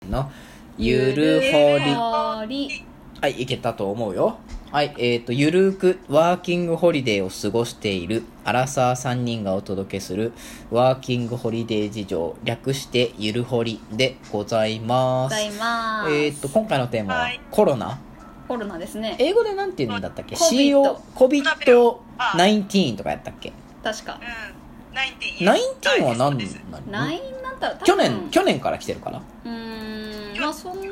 のゆるほり。 ほり。 はい、いけたと思うよ。はい、ゆるくワーキングホリデーを過ごしているアラサー3人がお届けするワーキングホリデー事情、略してゆるほりでございます。今回のテーマはコロナ。 コロナですね。 英語でなんて言うんだったっけ？ COVID COVID-19 とかやったっけ？ 確か。 19は何？ なんだ去年から来てるから。 まあそん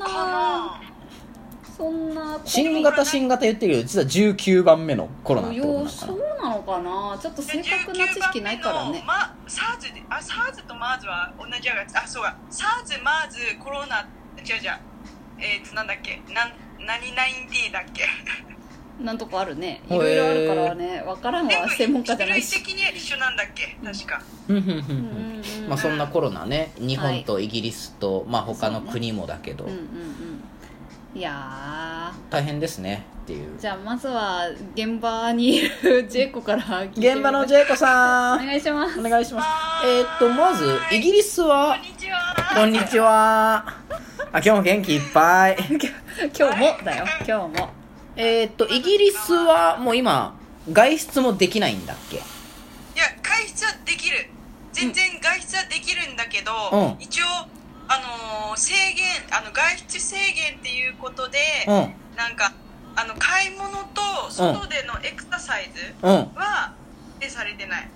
な新型言ってるけど実は19番目のコロナってことなのかな。 そうなのかな。ちょっと正確な知識ないからね。 SARS と MERS は同じやつ。そうか。SARS、MERS、コロナ、なんだっけ、何19だっけ。 なんとかあるね。いろいろあるからね、分からんわ、専門家じゃないし。 種類的には一緒なんだっけ、確か。 まあそんなコロナね、日本とイギリスと、まあ他の国もだけど、 いや大変ですねっていう。 じゃあまずは現場にいるジェイコから聞いてみます。 現場のジェイコさんお願いします。 お願いします。まずイギリスは、こんにちは。今日も元気いっぱい。 今日もだよ、今日も。 イギリスはもう今外出もできないんだっけ？ いや、外出はできる。全然外出はできるんだけど、一応制限、外出制限っていうことで、なんか買い物と外でのエクササイズは指定されてない。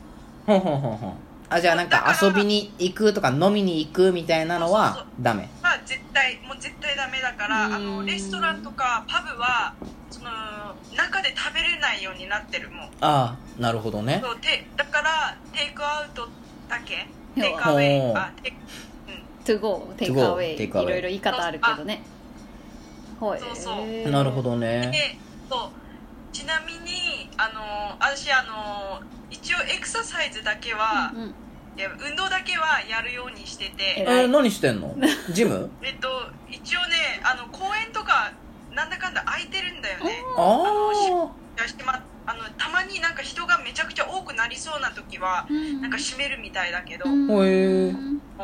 じゃあなんか遊びに行くとか飲みに行くみたいなのはダメ。 絶対ダメだから、レストランとかパブはその中で食べれないようになってるもん。 ああ、なるほどね。 そうだからテイクアウトだけ、テイクアウェイ、 トゥゴー、テイクアウェイ、いろいろ言い方あるけどね。 そうなるほどね。 で、ちなみに私一応エクササイズだけは、運動だけはやるようにしてて。 何してんの？ジム？ 一応ね、公園とかなんだかんだ空いてるんだよね。たまになんか人がめちゃくちゃ多くなりそうな時はなんか閉めるみたいだけど、鍵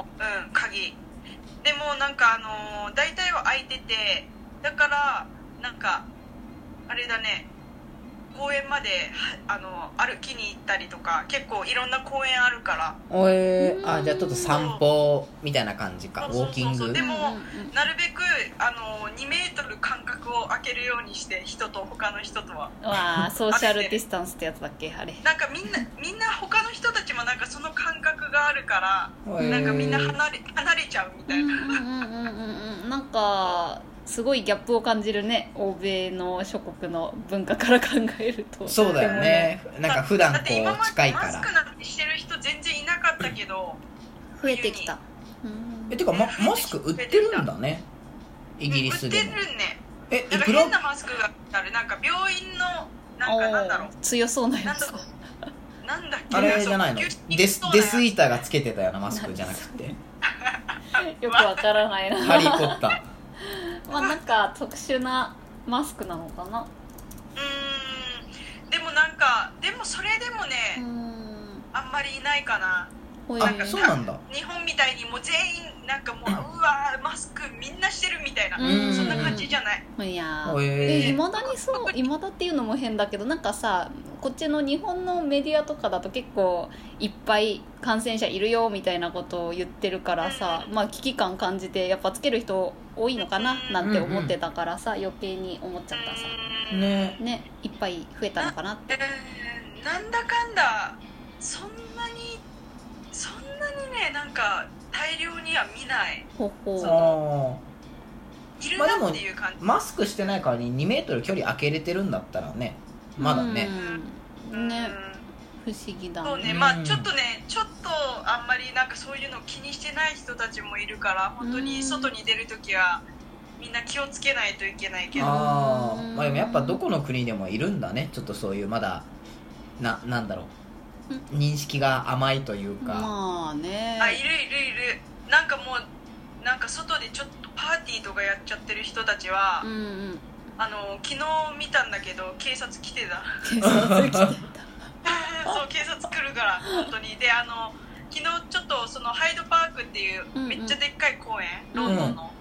でもなんか大体は空いてて、だからなんかあれだね、公園まで歩きに行ったりとか、結構いろんな公園あるから。 じゃあちょっと散歩みたいな感じか。ウォーキング。 でもなるべく2メートル間隔を空けるようにして、他の人とは。 ソーシャルディスタンスってやつだっけ、あれ。 なんかみんな他の人たちもなんかその感覚があるから、なんかみんな離れちゃうみたいな。 なんかすごいギャップを感じるね、欧米の諸国の文化から考えると。 そうだよね。なんか普段こう近いから。 マスクなんてしてる人全然いなかったけど、 増えてきた。 てかマスク売ってるんだね、イギリスでも。 売ってるね。 いくら？ 変なマスクがある。なんか病院のなんだろう、 強そうなやつ。 なんだっけ、 あれじゃないの？デスイーターがつけてたようなマスクじゃなくて。 よくわからないな。 ハリーポッター。 なんか特殊なマスクなのかな。 でもそれでもね、あんまりいないかな。 そうなんだ。 日本みたいにもう全員なんかもううわーマスクみんなしてるみたいな、そんな感じじゃない。 いやいまだにそう、いまだっていうのも変だけど、なんかさ、こっちの日本のメディアとかだと結構いっぱい感染者いるよみたたいなことを言ってるからさ、危機感感じてやっぱつける人多いのかななんて思ってたからさ、余計に思っちゃったさ。ね、いっぱい増えたのかなって。 なんだかんだそんなにね、なんか大量には見ない。いるなっていう感じ。 マスクしてないからに2メートル距離空けれてるんだったらね、まだね。 不思議だね。 そうね、ちょっとあんまりなんかそういうの気にしてない人たちもいるから、本当に外に出るときはみんな気をつけないといけないけど。 でもやっぱどこの国でもいるんだね、ちょっとそういうまだなんだろう、認識が甘いというか。 いる。なんかもうなんか外でちょっとパーティーとかやっちゃってる人たちは、昨日見たんだけど警察来てた。そう警察来るから本当に。で昨日ちょっとそのハイドパークっていうめっちゃでっかい公園、ロンドンの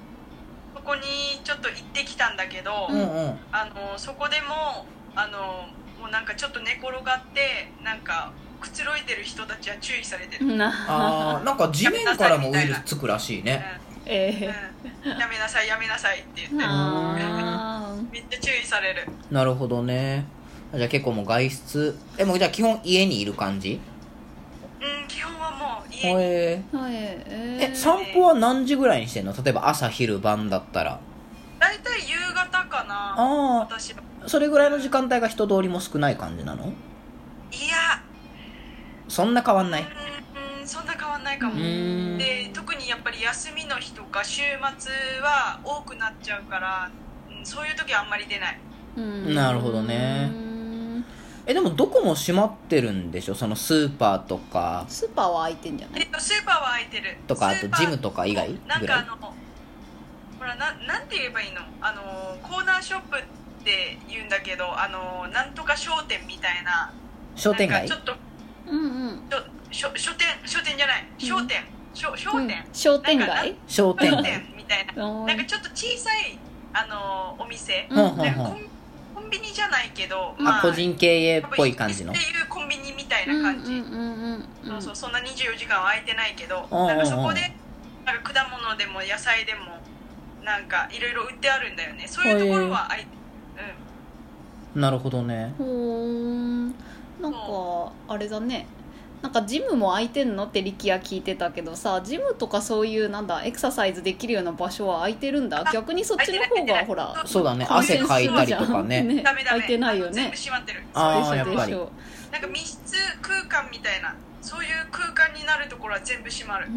けど、そこでももうなんかちょっと寝転がってなんかくつろいでる人たちは注意されてる。 なんか地面からもウイルスつくらしいね。 やめなさいやめなさいって言ってめっちゃ注意される。 なるほどね。じゃあ結構もう外出もうじゃあ基本家にいる感じ？ 基本はもう家に。 散歩は何時ぐらいにしてんの？例えば朝昼晩だったら。 だいたい夕方かな。私はそれぐらいの時間帯が人通りも少ない感じなの？いやそんな変わんない。 そんな変わんないかも。で特にやっぱり休みの日とか週末は多くなっちゃうから、そういう時はあんまり出ない。 なるほどね。でもどこも閉まってるんでしょ？そのスーパーとか。 スーパーは開いてんじゃない？ スーパーは開いてるとか、あとジムとか以外ぐらい。 なんかほらなんて言えばいいの、コーナーショップって言うんだけど、なんとか商店みたいな。 商店街？ ちょっと書店じゃない、商店商店街商店みたいな、なんかちょっと小さいお店、コンビニじゃないけど、 個人経営っぽい感じのっていうコンビニみたいな感じ。そんな24時間は空いてないけど、なんかそこでなんか果物でも野菜でもなんかいろいろ売ってあるんだよね。そういうところは空いてる。 なるほどね。 なんかあれだね、なんかジムも空いてんのって力也聞いてたけどさ、ジムとかそういうなんだエクササイズできるような場所は空いてるんだ。逆にそっちの方がほらそうだね、汗かいたりとかね空いてないよね。 全部閉まってる。 やっぱりなんか密室空間みたいな、そういう空間になるところは全部閉まる。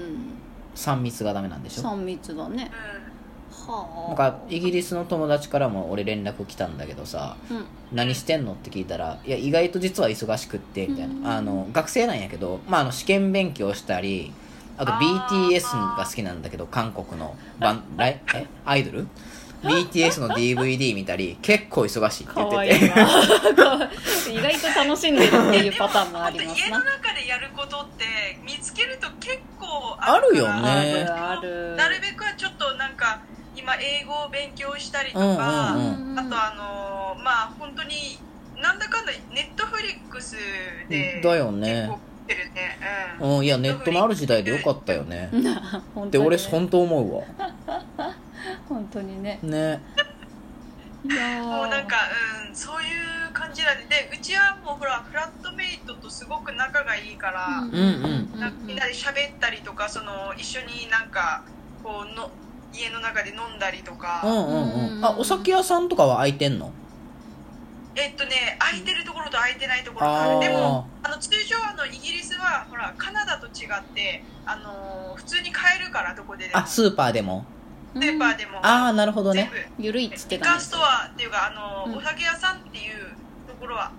3密がダメなんでしょ。 3密だね。 なんかイギリスの友達からも俺連絡来たんだけどさ、何してんのって聞いたら、いや意外と実は忙しくってみたいな、学生なんやけど、試験勉強したり、あと BTS が好きなんだけど、韓国のアイドルBTS の DVD 見たり結構忙しいって言ってて意外と楽しんでるっていうパターンもありますな。 家の中でやることって見つけると結構あるよね。 ある。 なるべくはちょっとなんか今英語を勉強したりとか、あと本当になんだかんだネットフリックスでだよね。 結構見てるね。 いやネットのある時代でよかったよねって俺本当思うわ本当にね。 いやもうなんかそういう感じなんで、うちはもうほらフラットメイトとすごく仲がいいから、みんなで喋ったりとか、一緒になんかこうの家の中で飲んだりとか。 お酒屋さんとかは開いてんの？ 空いてるところと空いてないところがある。でも通常イギリスはほらカナダと違って普通に買えるから、どこででも。 スーパーでもスーパーでも。 なるほどね。 ゆるいっつってたね。 リカーストアっていうかお酒屋さんっていうところは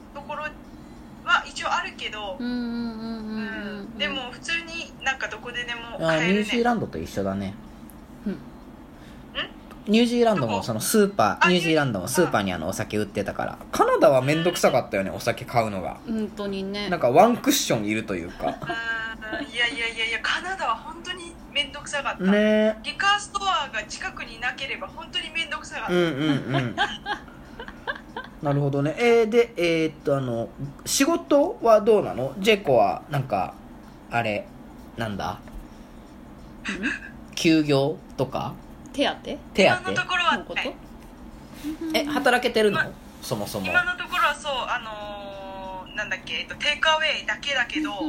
一応あるけど、でも普通になんかどこででも買えるね。 ニュージーランドと一緒だね。ニュージーランドもそのスーパー、ニュージーランドもスーパーにお酒売ってたから。カナダはめんどくさかったよね、お酒買うのが。 本当にね。 なんかワンクッションいるというか。 いやカナダは本当にめんどくさかったね。 リカーストアが近くになければ本当にめんどくさかった。 なるほどね。で仕事はどうなの？ジェコはなんかあれなんだ休業とか手当今のところはない。 働けてるの？そもそも今のところはそうなんだっけ、テイクアウェイだけだけど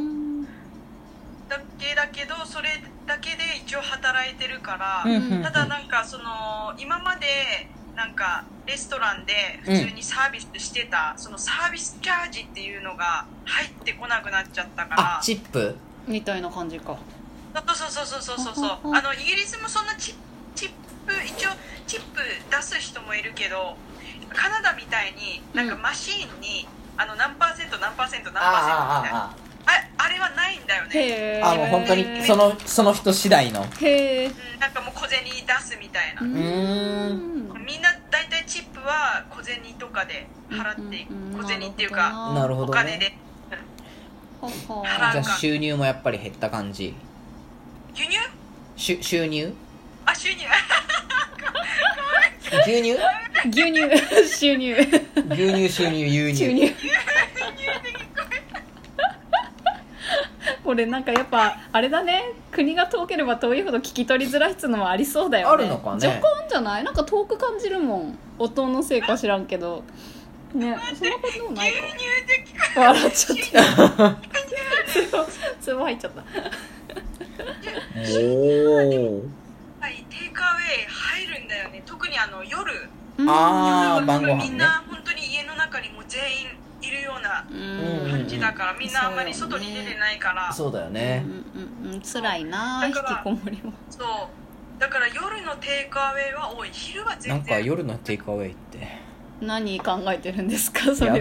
それだけで一応働いてるから、ただなんか今までなんかレストランで普通にサービスしてた、そのサービスチャージっていうのが入ってこなくなっちゃったから。 チップみたいな感じか。 そうイギリスもそんなチップ一応チップ出す人もいるけど、カナダみたいになんかマシーンに何パーセントみたいなあれはないんだよね。 もう本当にその人次第の。 なんかもう小銭出すみたいな。みんなだいたいチップは小銭とかで払っていく。小銭っていうかなるほど、ね、 お金でじゃあ収入もやっぱり減った感じ？ 輸入？ 収入？ 収入牛乳牛乳収入牛乳収入輸入収入これなんかやっぱあれだね、国が遠ければ遠いほど聞き取りづらいっつうのもありそうだよね。 あるのかね。 若干じゃない？なんか遠く感じるもん、音のせいか知らんけどね。そんなこともないか。 牛乳で聞こ笑っちゃったつぼ入っちゃったおお。 はい、テイクアウェイ入るんだよね。特に夜ああ、晩ごみん飯ね。 な本当に家の中にもう全員いるような感じだから、みんなあんまり外に出てないから。 そうだよね。 辛いな、引きこもりも。 そうだから夜のテイクアウェイは多い。昼は全然。 なんか夜のテイクアウェイって何考えてるんですかそれは。 や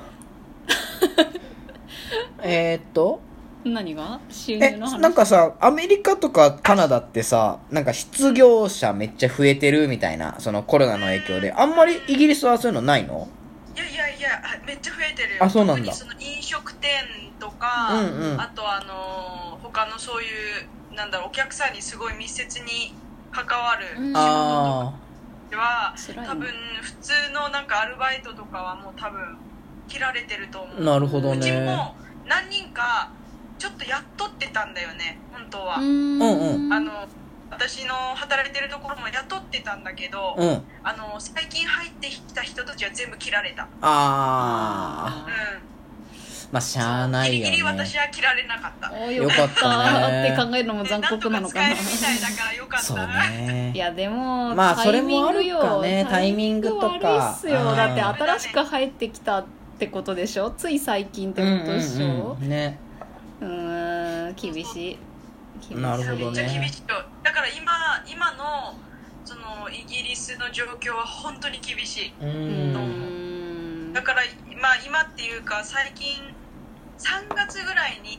だ何が収入の話。 なんかさ、アメリカとかカナダってさ、なんか失業者めっちゃ増えてるみたいな、そのコロナの影響で。あんまりイギリスはそういうのないの？ いやめっちゃ増えてるよ。 あ、そうなんだ。 特にその飲食店とか、あと他のそういうなんだろう、お客さんにすごい密接に関わる仕事とかは、多分普通のなんかアルバイトとかはもう多分切られてると思う。 なるほどね。 うちも何人かちょっとやっとってたんだよね、本当は。私の働いてるところも雇ってたんだけど、最近入ってきた人たちは全部切られた。まあしゃあないよね。 ギリギリ私は切られなかった。 よかったって考えるのも残酷なのかな。 なんとか使えるみたいだからよかった。 そうね。 いやでもまあそれもあるかね、タイミングとか。 悪いっすよ。だって新しく入ってきたってことでしょ。つい最近ってことでしょ。 ね。 厳しい。 なるほどね。 めっちゃ厳しいよ。だから今のそのイギリスの状況は本当に厳しい。だから今っていうか最近3月ぐらいに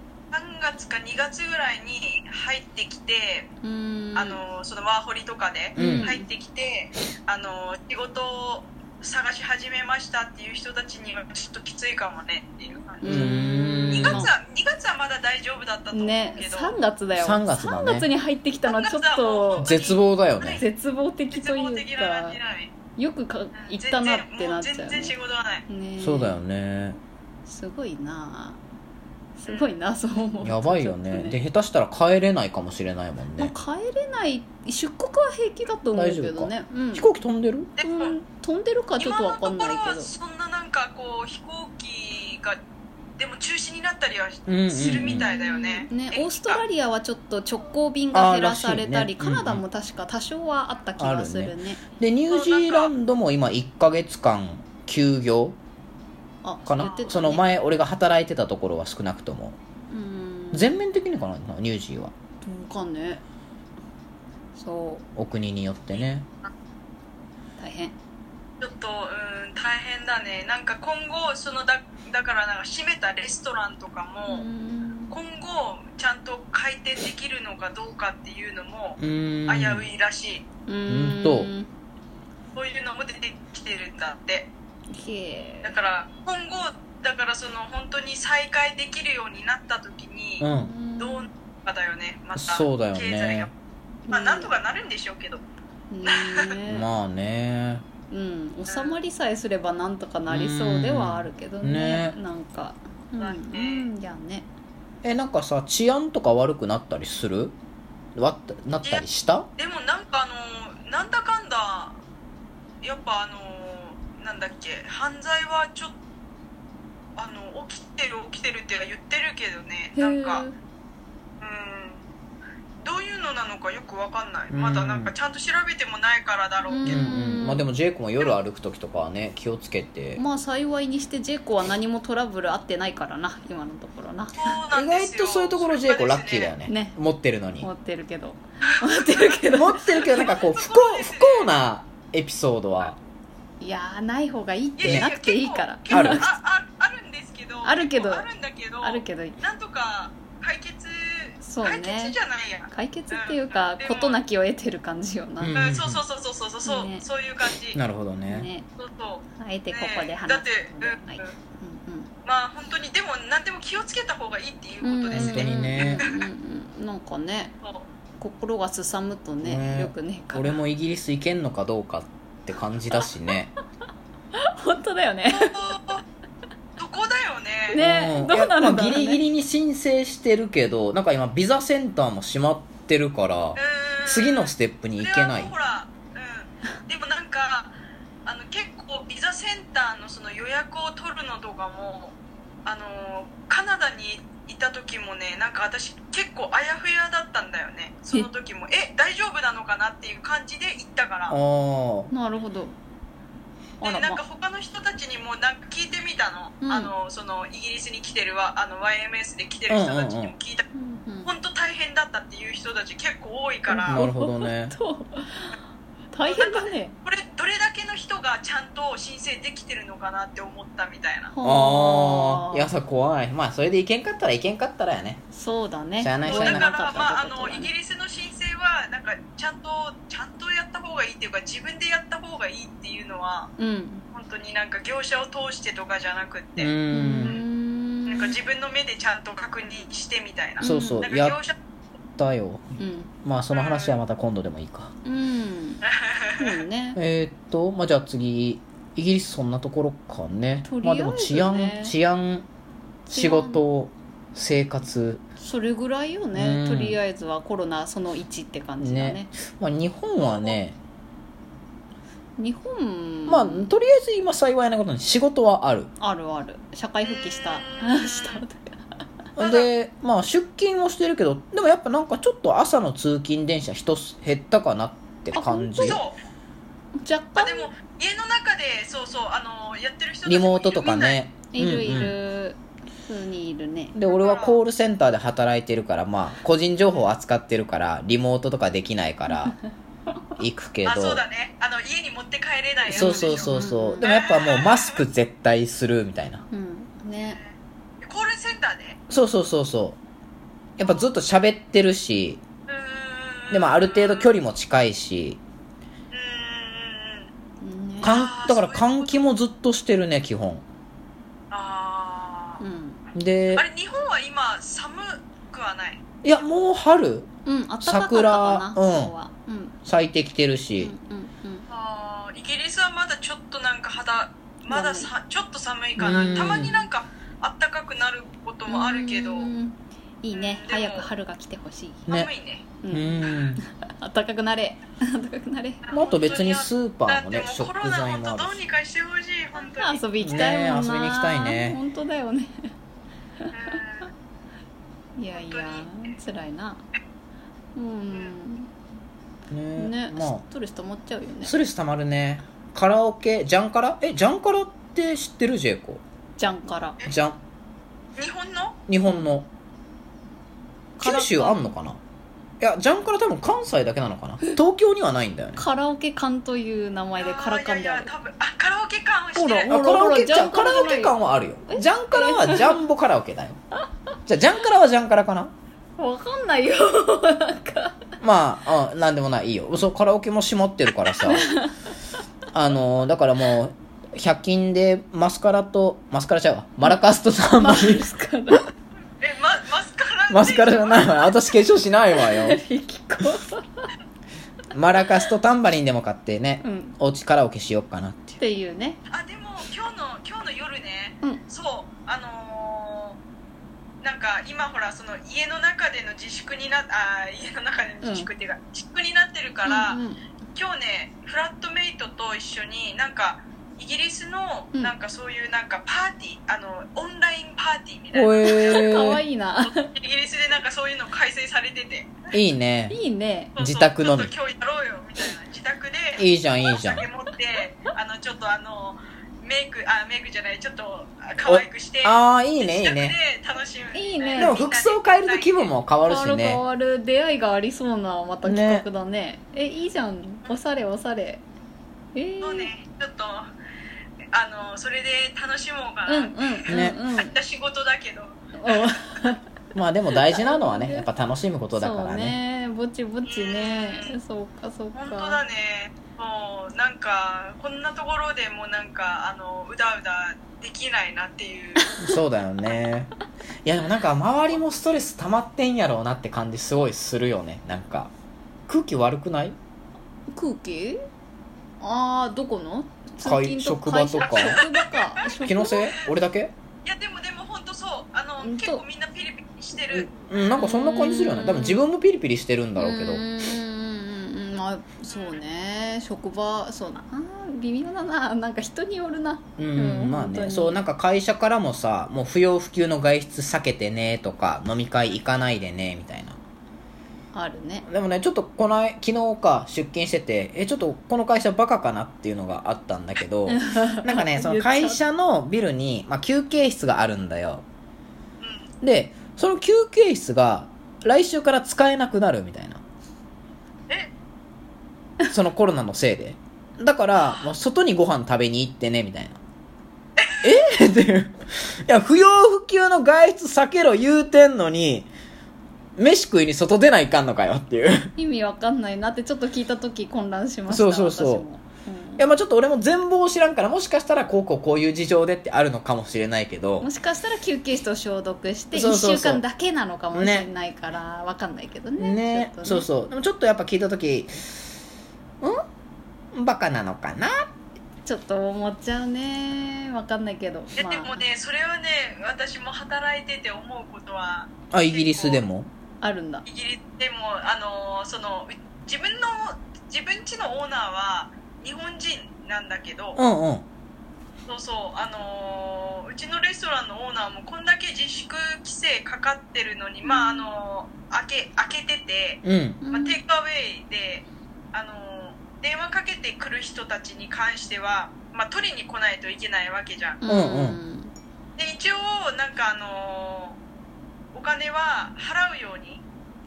3月か2月ぐらいに入ってきて、そのワーホリとかで入ってきて、仕事を探し始めましたっていう人たちにはちょっときついかもねっていう感じ。2月はまだ大丈夫だったと思うけど、 ね、3月だよ。 3月だね。 3月に入ってきたのはちょっと絶望だよね。 絶望的というか、よく言ったなってなっちゃう、ね。 全然仕事はない、 ね、そうだよね。 すごいなそう思う。 やばいよね。で下手したら帰れないかもしれないもんね。 帰れない、出国は平気だと思うけどね。 飛行機飛んでる？ 飛んでるかちょっと分かんないけど。 今のところはそんななんかこう飛行機がでも中止になったりはするみたいだよね。 オーストラリアはちょっと直行便が減らされたり、カナダも確か多少はあった気がするね。 でニュージーランドも今1ヶ月間休業かな。その前俺が働いてたところは少なくとも全面的にかな、ニュージーは。 どうかね。そうお国によってね。 大変。 ちょっと大変だね。なんか今後そのだからなんか閉めたレストランとかも今後ちゃんと開店できるのかどうかっていうのも危ういらしい。そういうのも出てきてるんだって。だから今後だからその本当に再開できるようになった時にどうかだよね。またそうだよね。 経済がなんとかなるんでしょうけどまあね、 収まりさえすればなんとかなりそうではあるけどね。なんかじゃあね。 なんかさ、治安とか悪くなったりする？なったりした？ でもなんかなんだかんだやっぱなんだっけ、犯罪はちょっと起きてるって言ってるけどね。なんかどういうのなのかよくわかんない。まだなんかちゃんと調べてもないからだろうけど。 まあでもジェイコも夜歩く時とかはね気をつけて。 まあ幸いにしてジェイコは何もトラブルあってないからな、今のところな。 意外とそういうところジェイコラッキーだよね。持ってるのに。 持ってるけどなんかこう不幸なエピソードはいやない方がいいってなくていいから。 あるんですけど。 あるけどなんとか解決解決じゃないや。 解決っていうか事なきを得てる感じよな。 そういう感じ。 なるほどね。 あえてここで話す。 だってまあ本当にでも何でも気をつけた方がいいっていうことですね。 本当にね。 なんかね。 心がすさむとね、よくねえから。 俺もイギリス行けんのかどうかって感じだしね本当だよねそこだよね。 ね、どうなるんだろうね。 ギリギリに申請してるけど、なんか今ビザセンターも閉まってるから次のステップに行けない。 ほら、でもなんか結構ビザセンターのその予約を取るのとかもカナダにいた時もね、なんか私結構あやふやだったんだよね。その時も大丈夫なのかなっていう感じで行ったから。 なるほど。 でなんか他の人たちにもなんか聞いてみたの、そのイギリスに来てるYMS で来てる人たちにも聞いた、本当大変だったっていう人たち結構多いから。 なるほどね大変だね。 これどれだけの人がちゃんと申請できてるのかなって思ったみたいな。 いやさ怖い。まあそれで行けんかったら行けんかったらやね。 そうだね。 しゃあないしゃあない。 だからまあイギリスの申請はなんかちゃんとやった方がいいっていうか、自分でやった方がいいっていうのは、本当になんか業者を通してとかじゃなくって、なんか自分の目でちゃんと確認してみたいな。 そうそう。 なんか業者だよ。まあその話はまた今度でもいいか。 そうね。 まあじゃあ次イギリスそんなところかね。まあでも治安、仕事、生活、 それぐらいよね。とりあえずはコロナその1って感じだね。 まあ日本はね、 まあとりあえず今幸いなことに仕事はある。 社会復帰したでまあ出勤もしてるけど、でもやっぱなんかちょっと朝の通勤電車人減ったかなって感じ。 若干でも家の中でやってる人たちもリモートとかね、 いる普通にいるね。 で俺はコールセンターで働いてるから、まあ個人情報を扱ってるからリモートとかできないから行くけどそうだね、家に持って帰れないよ。 そうでもやっぱもうマスク絶対するみたいな。 ね。 コールセンターでそうやっぱずっと喋ってるし、でもある程度距離も近いし、だから換気もずっとしてるね基本。であれ日本は今寒くはない？ いやもう春、 桜咲いてきてるし、 イギリスはまだちょっとなんかまだちょっと寒いかな。たまになんか暖かくなることもあるけど、 いいね。早く春が来てほしい。 寒いね。 暖かくなれあと別にスーパーもね、食材もあるし。 コロナもどうにかしてほしい。本当に遊び行きたいもんな。 遊びに行きたいね。 本当だよね。いや辛いな。ね、ストレス溜まっちゃうよね。 ストレス溜まるね。カラオケ、ジャンカラって知ってる？ジェイコ。 ジャンカラ。 日本の九州あんのかな。いやジャンカラ多分関西だけなのかな。東京にはないんだよね。 カラオケ館という名前でカラカンである。 カラオケ館はしてる。 カラオケ館はあるよ。ジャンカラはジャンボカラオケだよ。じゃあジャンカラはジャンカラかな。 わかんないよ。なんかまあなんでもない、いいよ。カラオケも閉まってるからさだからもう100均でマスカラちゃうわ、マラカスとタンバリン。マスカラじゃないわ、私化粧しないわよ。マラカスとタンバリンでも買ってね、おうちカラオケしようかなっていうね。 でも今日の夜ね、なんか今ほらその家の中での自粛っていうか自粛になってるから、今日ねフラットメイトと一緒になんかイギリスのなんかそういうなんかパーティー、オンラインパーティーみたいな、 かわいいな。 イギリスでなんかそういうの開催されてて、 いいね。 自宅のみ。今日やろうよみたいな。自宅でいいじゃんお酒持ってちょっとメイクじゃない、ちょっと可愛くして、 いいね自宅で楽しむ。 いいね。 でも服装変えると気分も変わるしね。 変わる出会いがありそうなまた企画だね。いいじゃん。おしゃれ。 そうね、ちょっとそれで楽しもうかな。明日仕事だけど。 まあでも大事なのはね、やっぱ楽しむことだからね。 ぼちぼちね。そうか。 本当だね。もうなんかこんなところでもなんかうだうだできないなっていう。 そうだよね。 いやでもなんか周りもストレス溜まってんやろうなって感じすごいするよね。なんか空気悪くない？ 空気？ああ、どこの？ 職場とか。 職場か。 気のせい？俺だけ？ いやでも本当そう、結構みんなピリピリしてる。 なんかそんな感じするよね。多分自分もピリピリしてるんだろうけど。 まあそうね、職場そうな、微妙だな、なんか人によるな。 まあね、そうなんか会社からもさ、もう不要不急の外出避けてねとか、飲み会行かないでねみたいな。 あるね。 でもね、ちょっと昨日か出勤してて、ちょっとこの会社バカかなっていうのがあったんだけど、なんかね、その会社のビルに、休憩室があるんだよ。で、その休憩室が来週から使えなくなるみたいな。そのコロナのせいで。だから、もう外にご飯食べに行ってねみたいな。っていう。いや、不要不急の外出避けろ言うてんのに、飯食いに外出ないかんのかよっていう。 意味わかんないなってちょっと聞いた時混乱しました。 そう、いやちょっと俺も全貌を知らんから、もしかしたらこういう事情でってあるのかもしれないけど、 もしかしたら休憩室を消毒してそう 1週間だけなのかもしれないからわかんないけどね。 そうそう。でもちょっとやっぱ聞いた時、バカなのかなちょっと思っちゃうね。わかんないけど、 でもね、それはね、私も働いてて思うことは、 イギリスでもあるんだ。 イギリスでもその自分家のオーナーは日本人なんだけど、そうそう、うちのレストランのオーナーもこんだけ自粛規制かかってるのに、開けてて、テイクアウェイで電話かけてくる人たちに関しては、取りに来ないといけないわけじゃん。で一応なんかお金は払うように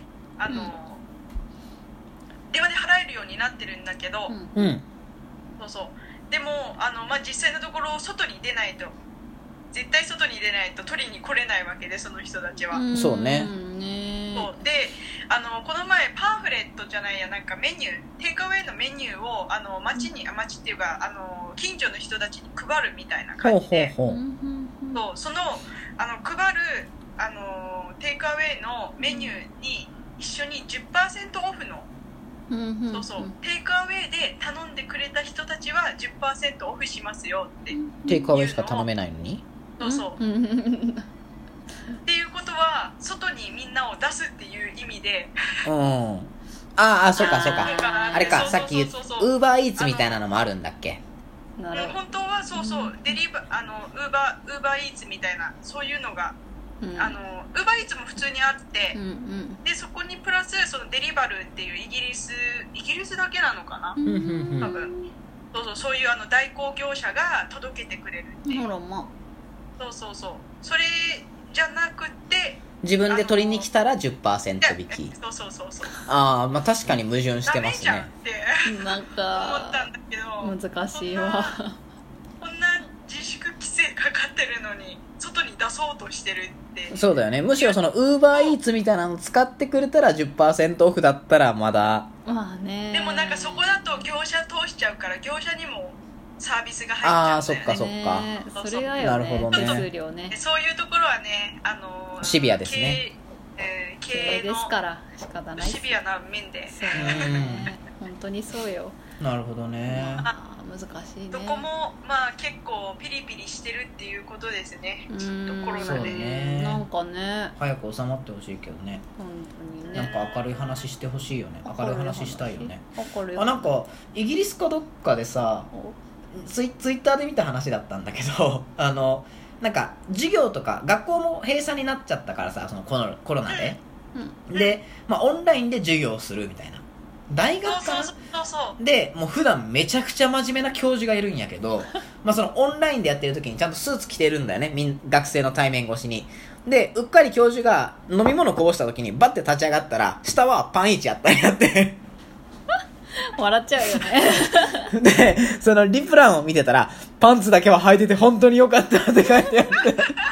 電話で払えるようになってるんだけど、そうそう。でも実際のところ外に出ないと、絶対外に出ないと取りに来れないわけで、その人たちは。 そうね。 そうで、この前パンフレットじゃないや、なんかメニュー、テイクアウェイのメニューを町っていうか近所の人たちに配るみたいな感じで、そうその配るテイクアウェイのメニューに一緒に 10% オフのそうそう、テイクアウェイで頼んでくれた人たちは 10% オフしますよっていうのを。 テイクアウェイしか頼めないのに？ そうそうっていうことは外にみんなを出すっていう意味でそうかそうか、あれか、さっき言ったウーバーイーツみたいなのもあるんだっけ？ 本当はそうそう、ウーバーイーツみたいな、そういうのがウーバーイーツも普通にあって、でそこにプラスそのデリバルっていうイギリスだけなのかな、多分。そういう代行業者が届けてくれるっていう。そうそれじゃなくて自分で取りに来たら 10% 引き。 そう確かに矛盾してますね。ダメじゃんってなんか思ったんだけど、 難しいわ。 こんな自粛規制かかってるのに外に出そうとしてるって。 そうだよね。むしろそのウーバーイーツみたいなの使ってくれたら 10% オフだったらまだ。 でもなんかそこだと業者通しちゃうから、業者にもサービスが入っちゃうんだよね。 そっか。 それはよね。 なるほどね。 そういうところはね、 シビアですね。 経営ですから仕方ない。 シビアな面で。 本当にそうよ。 なるほどね。 難しいね。 どこも結構ピリピリしてるっていうことですね。きっとコロナでね。 なんかね。 早く収まってほしいけどね。 本当にね。 なんか明るい話してほしいよね。明るい話したいよね。 なんかイギリスかどっかでさ、ツイッターで見た話だったんだけど、なんか授業とか学校も閉鎖になっちゃったからさ、そのコロナで、で、オンラインで授業をするみたいな。大学かなで、もう普段めちゃくちゃ真面目な教授がいるんやけど、そのオンラインでやってる時にちゃんとスーツ着てるんだよね、学生の対面越しに。で、うっかり教授が飲み物こぼした時にバッて立ち上がったら、下はパンイチあったんやって笑っちゃうよね。 で、そのリプランを見てたら、パンツだけは履いてて本当に良かったって書いてあって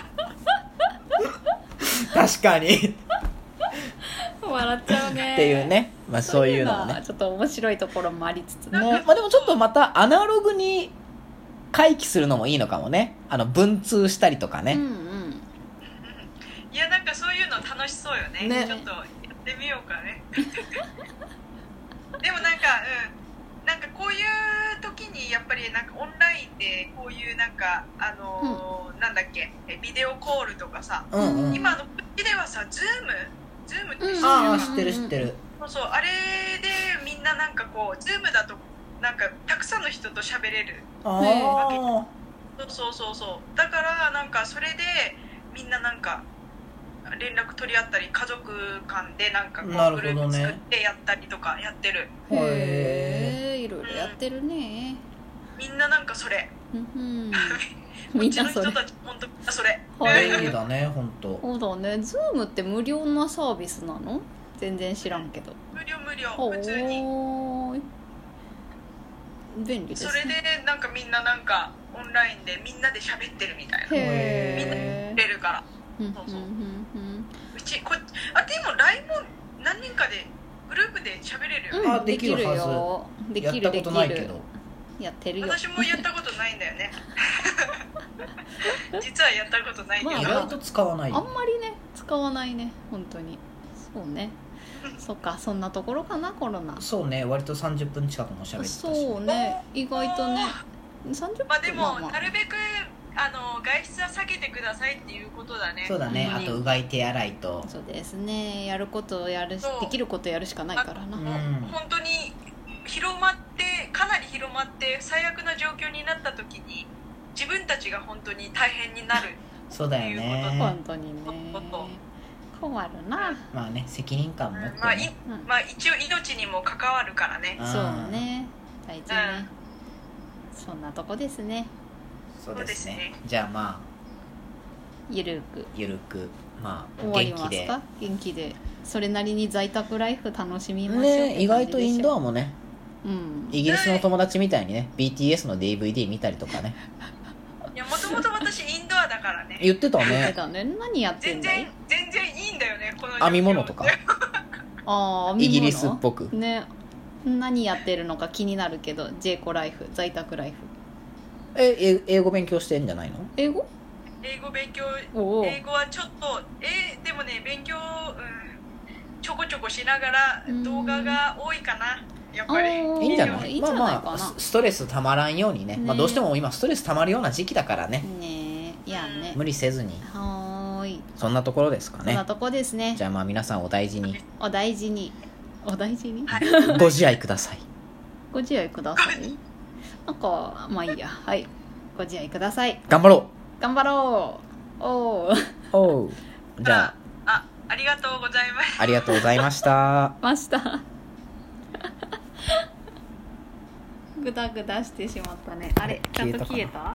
確かに笑っちゃうねっていうね、そういうのもね、 ちょっと面白いところもありつつね。 でもちょっとまたアナログに回帰するのもいいのかもね。文通したりとかね。 いやなんかそういうの楽しそうよね。 ねちょっとやってみようかね。でもなんかなんかこういう時にやっぱりなんかオンラインでこういうなんかなんだっけビデオコールとかさ、 うんうん、 今こっちではさズームって知ってるああよな。 知ってる知ってる。 そうそう、あれでみんななんかこうズームだとなんかたくさんの人と喋れるあわけ。 あそうだからなんかそれでみんななんか連絡取り合ったり家族間でなんかこうグループ作ってやったりとかやってる。 へえ、いろいろやってるね。 みんななんかそれ、 うん、 こみんっちのなそれ人たち本当みんなそれ。 便利だね本当。 そうだね。ズームって無料なサービスなの？全然知らんけど。 無料普通に。 便利ですね。 それでなんかみんななんかオンラインでみんなで喋ってるみたいな。みんなで出るから。そうそう。うちあでも LINE も何人かでグループで喋れるよね。 あできるはず。 できるやったことないけど。 やってるよ。 私もやったことないんだよね。実はやったことないけど、 意外と使わないよ。 あんまりね使わないね本当に。そうね。そっか、そんなところかなコロナ。 そうね、割と30分近くも喋ってたし。 そうね、意外とね30分。 まあでも、なるべく外出は避けてくださいっていうことだね。 そうだね、あとうがい手洗いと。 そうですね、やることやるし、できることやるしかないからな。 本当にかなり広まって最悪な状況になった時に自分たちが本当に大変になる。 そうだよね。 本当にね。困るな。 まあね、責任感持ってね。 まあ一応命にも関わるからね。 そうね、大事ね。そんなとこですね。 そうですね。じゃあまあゆるくまあ終わりますか。元気でそれなりに在宅ライフ楽しみましょうね。意外とインドアもね、イギリスの友達みたいにね BTS の DVD 見たりとかね。 いやもともと私インドアだからね。 言ってたね。 何やってんだい。 全然いいんだよねこの編み物とか。 イギリスっぽくね。何やってるのか気になるけど J コライフ在宅ライフ。 英語勉強してんじゃないの。 英語勉強。英語はちょっとでもね勉強、ちょこちょこしながら動画が多いかな。やっぱりいいんじゃない。まあストレスたまらんようにね。まあどうしても今ストレスたまるような時期だからね。 いやね。 無理せずに。 はい。 そんなところですかね。 そんなとこですね。 じゃあまあ皆さんお大事に。 お大事に。 ご自愛ください。 ご自愛ください。なんかまあいいや。はい。ご自愛ください。 頑張ろう。 頑張ろう。 おう。じゃあ。ありがとうございます。 ありがとうございました。 ぐだぐだしてしまったね。あれちゃんと消えた。